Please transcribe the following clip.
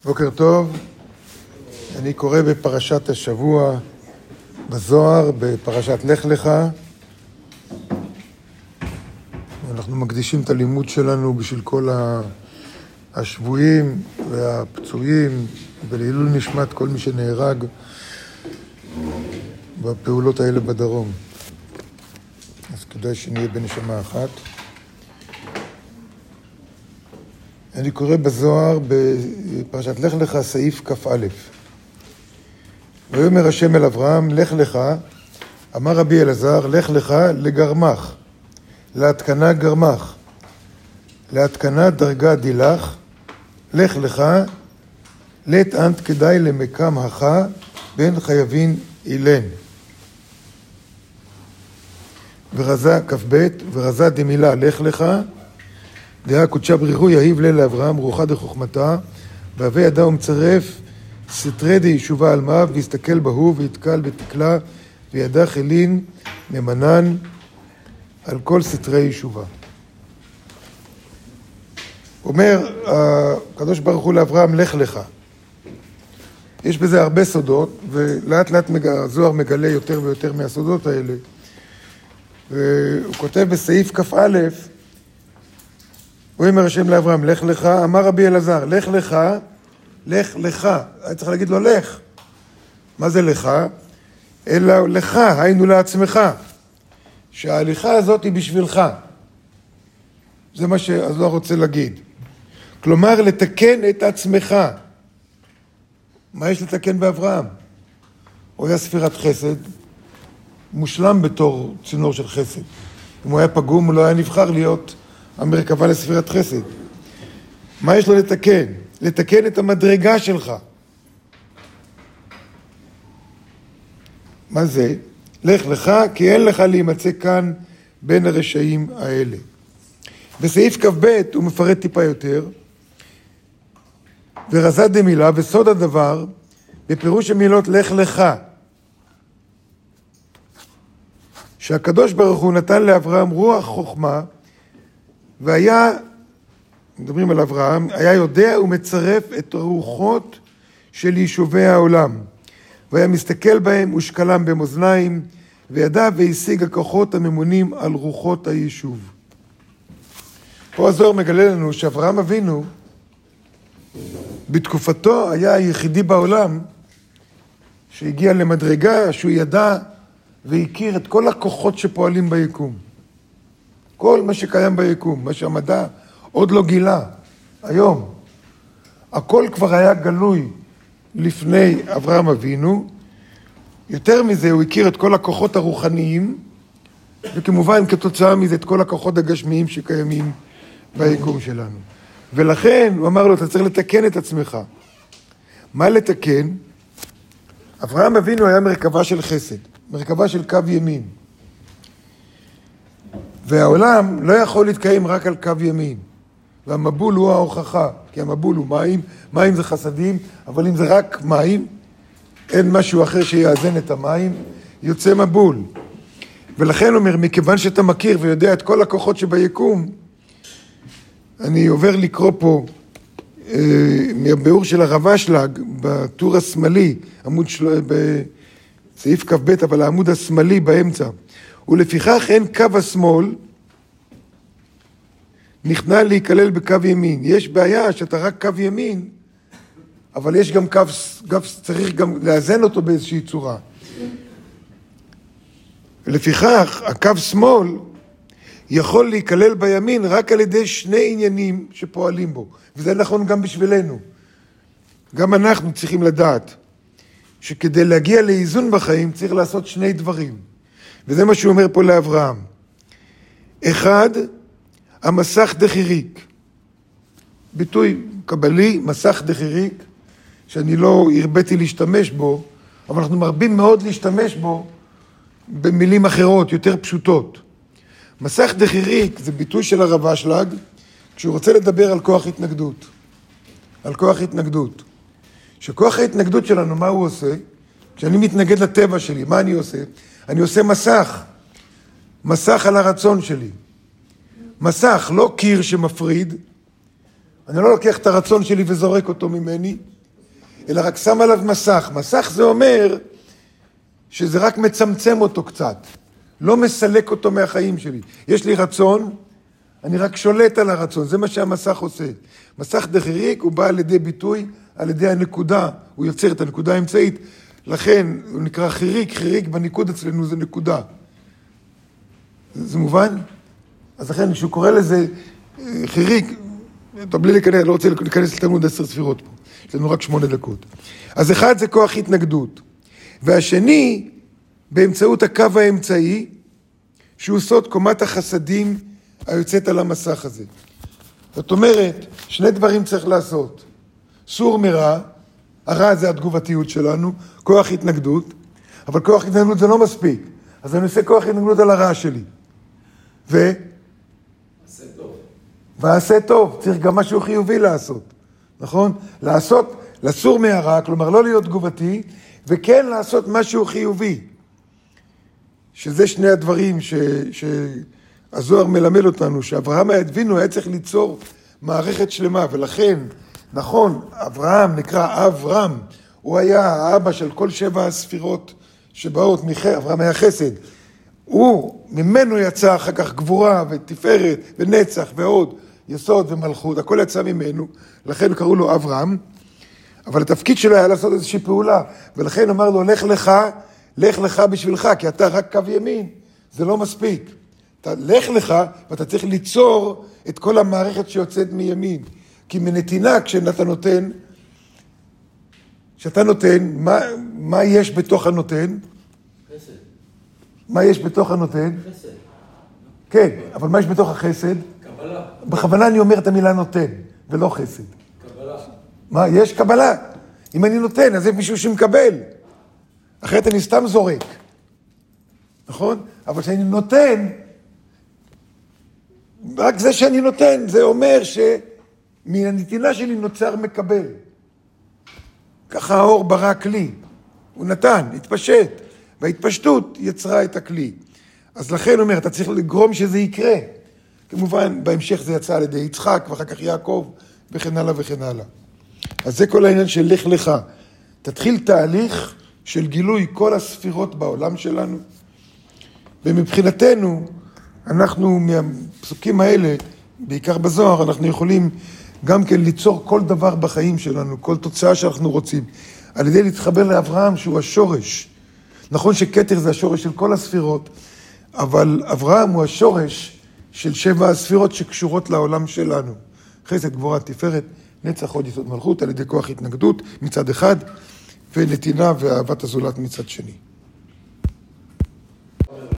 בוקר טוב, אני קורא בפרשת השבוע בזוהר, בפרשת לך לך. אנחנו מקדישים את הלימוד שלנו בשביל כל השבויים והפצועים, ולעילוי נשמת כל מי שנהרג בפעולות האלה בדרום. אז כדאי שנהיה בנשמה אחת. אני קורא בזוהר בפרשת לך לך סעיף כ"א. ויאמר השם אל אברהם, לך לך, אמר רבי אלעזר, לך לך לגרמך, להתקנה גרמך, להתקנה דרגה דילך, לך לך, לית אנט כדאי למקם הכה, בין חייבין אילן. ורזה כ"ב, ורזה דמילה, לך לך, דעה קודשה בריחו יהיב ליל לאברהם רוחה דחוכמתה, והווה ידע ומצרף סתרי דישובה על מאב, והסתכל בהו והתקל ותקלה, וידע חילין נמנן על כל סתרי ישובה. אומר הקדוש ברוך הוא לאברהם, לך לך. יש בזה הרבה סודות, ולאט לאט הזוהר מגלה יותר ויותר מהסודות האלה. והוא כותב בסעיף כ"א, הוא אומר השם לאברהם, לך לך, אמר רבי אלעזר, לך לך, לך לך. היה צריך להגיד לו, לך. מה זה לך? אלא לך, היינו לעצמך. שההליכה הזאת היא בשבילך. זה מה שהזוהר רוצה להגיד. כלומר, לתקן את עצמך. מה יש לתקן באברהם? הוא היה ספירת חסד, מושלם בתור צינור של חסד. אם הוא היה פגום, הוא לא היה נבחר להיות המרכבה לספירת חסד. מה יש לו לתקן? לתקן את המדרגה שלך. מה זה? לך לך, כי אין לך להימצא כאן בין הרשעים האלה. בסעיף כ"ב הוא מפרט טיפה יותר, ורזה דמילה, וסוד הדבר, בפירוש המילות לך לך, שהקדוש ברוך הוא נתן לאברהם רוח חוכמה, והיה, מדברים על אברהם, היה יודע ומצרף את הרוחות של יישובי העולם. והיה מסתכל בהם ושקלם במאזניים, וידע והשיג הכוחות הממונים על רוחות היישוב. פה הזוהר מגלה לנו שאברהם אבינו, בתקופתו היה היחידי בעולם, שהגיע למדרגה שהוא ידע והכיר את כל הכוחות שפועלים ביקום. כל מה שקיים ביקום, מה שהמדע עוד לא גילה, היום. הכל כבר היה גלוי לפני אברהם אבינו. יותר מזה, הוא הכיר את כל הכוחות הרוחניים, וכמובן כתוצאה מזה את כל הכוחות הגשמיים שקיימים ביקום שלנו. ולכן הוא אמר לו, אתה צריך לתקן את עצמך. מה לתקן? אברהם אבינו היה מרכבה של חסד, מרכבה של קו ימין. והעולם לא יכול להתקיים רק על קו ימין. והמבול הוא ההוכחה, כי המבול הוא מים, מים זה חסדים, אבל אם זה רק מים, אין משהו אחר שיאזן את המים, יוצא מבול. ולכן הוא אומר, מכיוון שאתה מכיר ויודע את כל הכוחות שביקום, אני עובר לקרוא פה מהביאור של הרב אשלג, בטור השמאלי, בסעיף כ"ב, אבל העמוד השמאלי באמצע. ולפיכך אין קו השמאל נכנע להיכלל בקו ימין. יש בעיה שאתה רק קו ימין, אבל יש גם קו, צריך גם לאזן אותו באיזושהי צורה. לפיכך, הקו שמאל יכול להיכלל בימין רק על ידי שני עניינים שפועלים בו. וזה נכון גם בשבילנו. גם אנחנו צריכים לדעת שכדי להגיע לאיזון בחיים צריך לעשות שני דברים. וזה מה שהוא אומר פה לאברהם. אחד, המסך דחיריק. ביטוי קבלי, מסך דחיריק, שאני לא הרביתי להשתמש בו, אבל אנחנו מרבים מאוד להשתמש בו במילים אחרות, יותר פשוטות. מסך דחיריק זה ביטוי של הרב אשלג, כשהוא רוצה לדבר על כוח התנגדות. על כוח התנגדות. שכוח ההתנגדות שלנו, מה הוא עושה? כשאני מתנגד לטבע שלי, מה אני עושה? אני עושה מסך. מסך על הרצון שלי. מסך, לא קיר שמפריד. אני לא לוקח את הרצון שלי וזורק אותו ממני, אלא רק שם עליו מסך. מסך זה אומר שזה רק מצמצם אותו קצת, לא מסלק אותו מהחיים שלי. יש לי רצון, אני רק שולט על הרצון, זה מה שהמסך עושה. מסך דחיריק הוא בא על ידי ביטוי, על ידי הנקודה, הוא יוצר את הנקודה האמצעית, לכן הוא נקרא חיריק, חיריק בניקוד אצלנו זה נקודה. זה מובן? אז לכן כשהוא קורא לזה חיריק, טוב, בלי להיכנס, לא רוצה להיכנס לתלמוד 10 ספירות פה, יש לנו רק 8 דקות. אז אחד זה כוח התנגדות, והשני באמצעות הקו האמצעי, שהוא סוד קומת החסדים היוצאת על המסך הזה. זאת אומרת, שני דברים צריך לעשות. סור מרע, הרע זה התגובתיות שלנו, כוח התנגדות, אבל כוח התנגדות זה לא מספיק. אז אני עושה כוח התנגדות על הרע שלי. ועשה טוב, צריך גם משהו חיובי לעשות, נכון? לעשות, לסור מהרע, כלומר לא להיות תגובתי, וכן לעשות משהו חיובי. שזה שני הדברים שהזוהר מלמד אותנו, שאברהם אבינו היה צריך ליצור מערכת שלמה, ולכן, נכון, אברהם נקרא אברהם, הוא היה האבא של כל 7 הספירות שבאות אברהם היה חסד, ממנו יצא אחר כך גבורה ותפארת ונצח ועוד יסוד ומלכות, הכל יצא ממנו, לכן קראו לו אברהם, אבל התפקיד שלו היה לעשות איזושהי פעולה, ולכן אמר לו, לך לך בשבילך, כי אתה רק קו ימין, זה לא מספיק. לך לך, ואתה צריך ליצור את כל המערכת שיוצאת מימין. כי מנתינה, כשאתה נותן, מה יש בתוך הנותן? חסד. מה יש בתוך הנותן? חסד. כן, אבל מה יש בתוך החסד? קבלה. בכוונה אני אומר את המילה נותן, ולא חסד. קבלה. מה? יש קבלה. אם אני נותן, אז יש מישהו שמקבל. אחרת אני סתם זורק. נכון? אבל כשאני נותן, רק זה שאני נותן, זה אומר שמן הנתינה שלי נוצר מקבל. ככה האור ברא כלי. הוא נתן, התפשט. וההתפשטות יצרה את הכלי. אז לכן אומר, אתה צריך לגרום שזה יקרה. כמובן, בהמשך זה יצא על ידי יצחק, ואחר כך יעקב, וכן הלאה וכן הלאה. אז זה כל העניין של לך לך. תתחיל תהליך של גילוי כל הספירות בעולם שלנו. ומבחינתנו, אנחנו מהפסוקים האלה, בעיקר בזוהר, אנחנו יכולים גם כן ליצור כל דבר בחיים שלנו, כל תוצאה שאנחנו רוצים, על ידי להתחבר לאברהם שהוא השורש. נכון שכתר זה השורש של כל הספירות, אבל אברהם הוא השורש של 7 הספירות שקשורות לעולם שלנו. חסד, גבורה, תפארת, נצח, הוד, יסוד, מלכות, על ידי כוח התנגדות מצד אחד, ונתינה ואהבת הזולת מצד שני.